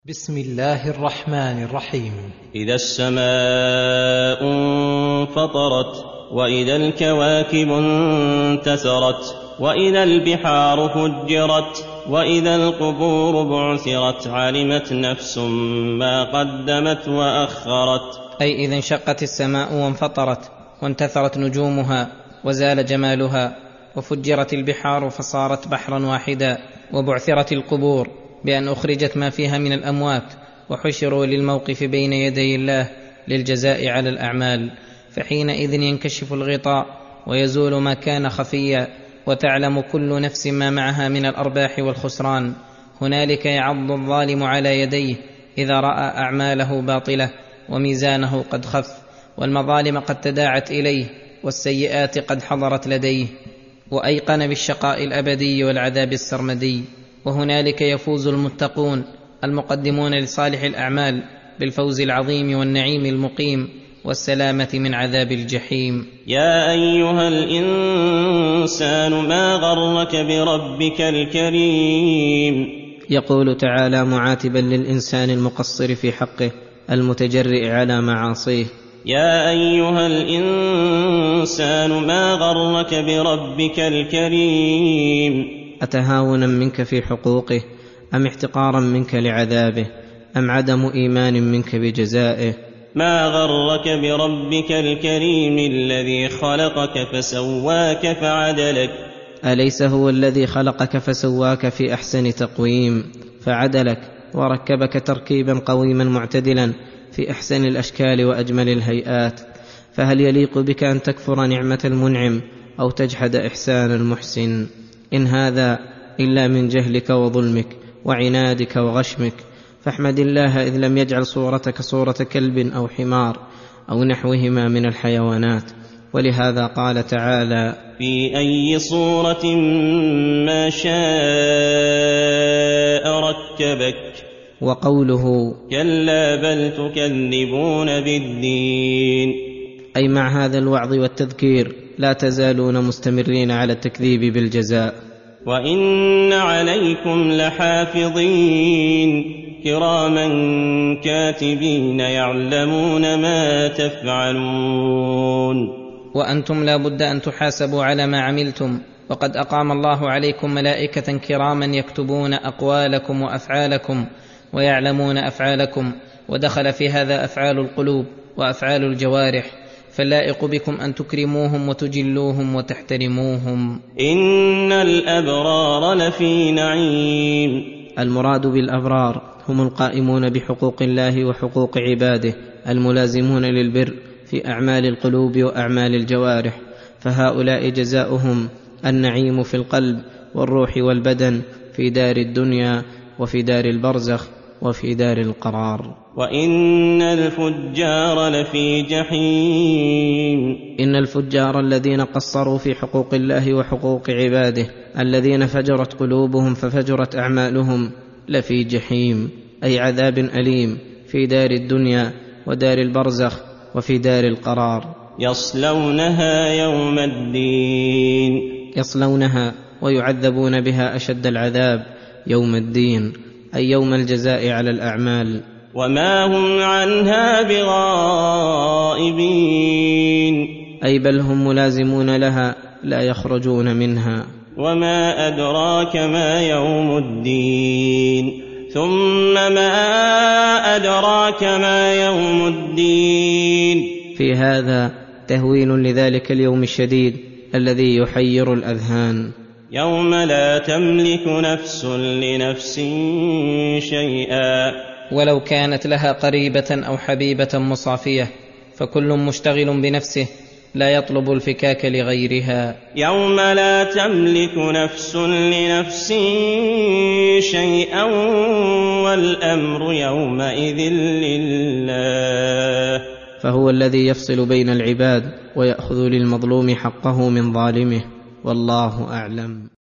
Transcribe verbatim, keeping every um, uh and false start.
بسم الله الرحمن الرحيم. إذا السماء انفطرت وإذا الكواكب انتثرت وإذا البحار فجرت وإذا القبور بعثرت علمت نفس ما قدمت وأخرت. أي إذا انشقت السماء وانفطرت وانتثرت نجومها وزال جمالها وفجرت البحار فصارت بحرا واحدا وبعثرت القبور بأن أخرجت ما فيها من الأموات وحشروا للموقف بين يدي الله للجزاء على الأعمال، فحينئذ ينكشف الغطاء ويزول ما كان خفيا وتعلم كل نفس ما معها من الأرباح والخسران. هنالك يعض الظالم على يديه إذا رأى أعماله باطلة وميزانه قد خف والمظالم قد تداعت إليه والسيئات قد حضرت لديه، وأيقن بالشقاء الأبدي والعذاب السرمدي. وهنالك يفوز المتقون المقدمون لصالح الأعمال بالفوز العظيم والنعيم المقيم والسلامة من عذاب الجحيم. يا أيها الإنسان ما غرك بربك الكريم. يقول تعالى معاتبا للإنسان المقصر في حقه المتجرئ على معاصيه: يا أيها الإنسان ما غرك بربك الكريم. أتهاونا منك في حقوقه أم احتقارا منك لعذابه أم عدم إيمان منك بجزائه؟ ما غرك بربك الكريم الذي خلقك فسواك فعدلك. أليس هو الذي خلقك فسواك في أحسن تقويم فعدلك وركبك تركيبا قويما معتدلا في أحسن الأشكال وأجمل الهيئات؟ فهل يليق بك أن تكفر نعمة المنعم أو تجحد إحسان المحسن؟ إن هذا إلا من جهلك وظلمك وعنادك وغشمك، فاحمد الله إذ لم يجعل صورتك صورة كلب أو حمار أو نحوهما من الحيوانات. ولهذا قال تعالى: في أي صورة ما شاء ركبك. وقوله: كلا بل تكذبون بالدين. أي مع هذا الوعظ والتذكير لا تزالون مستمرين على التكذيب بالجزاء. وإن عليكم لحافظين كراما كاتبين يعلمون ما تفعلون. وأنتم لا بد أن تحاسبوا على ما عملتم، وقد أقام الله عليكم ملائكة كراما يكتبون أقوالكم وأفعالكم ويعلمون أفعالكم، ودخل في هذا أفعال القلوب وأفعال الجوارح، فاللائق بكم أن تكرموهم وتجلوهم وتحترموهم. إن الأبرار لفي نعيم. المراد بالأبرار هم القائمون بحقوق الله وحقوق عباده الملازمون للبر في أعمال القلوب وأعمال الجوارح، فهؤلاء جزاؤهم النعيم في القلب والروح والبدن في دار الدنيا وفي دار البرزخ وفي دار القرار. وإن الفجار لفي جحيم. إن الفجار الذين قصروا في حقوق الله وحقوق عباده الذين فجرت قلوبهم ففجرت أعمالهم لفي جحيم، أي عذاب أليم في دار الدنيا ودار البرزخ وفي دار القرار. يصلونها يوم الدين. يصلونها ويعذبون بها أشد العذاب يوم الدين، أي يوم الجزاء على الأعمال. وما هم عنها بغائبين. أي بل هم ملازمون لها لا يخرجون منها. وما أدراك ما يوم الدين. ثم ما أدراك ما يوم الدين. في هذا تهويل لذلك اليوم الشديد الذي يحير الأذهان. يوم لا تملك نفس لنفس شيئا ولو كانت لها قريبة أو حبيبة مصافية، فكل مشتغل بنفسه لا يطلب الفكاك لغيرها. يوم لا تملك نفس لنفس شيئا والأمر يومئذ لله. فهو الذي يفصل بين العباد ويأخذ للمظلوم حقه من ظالمه، والله أعلم.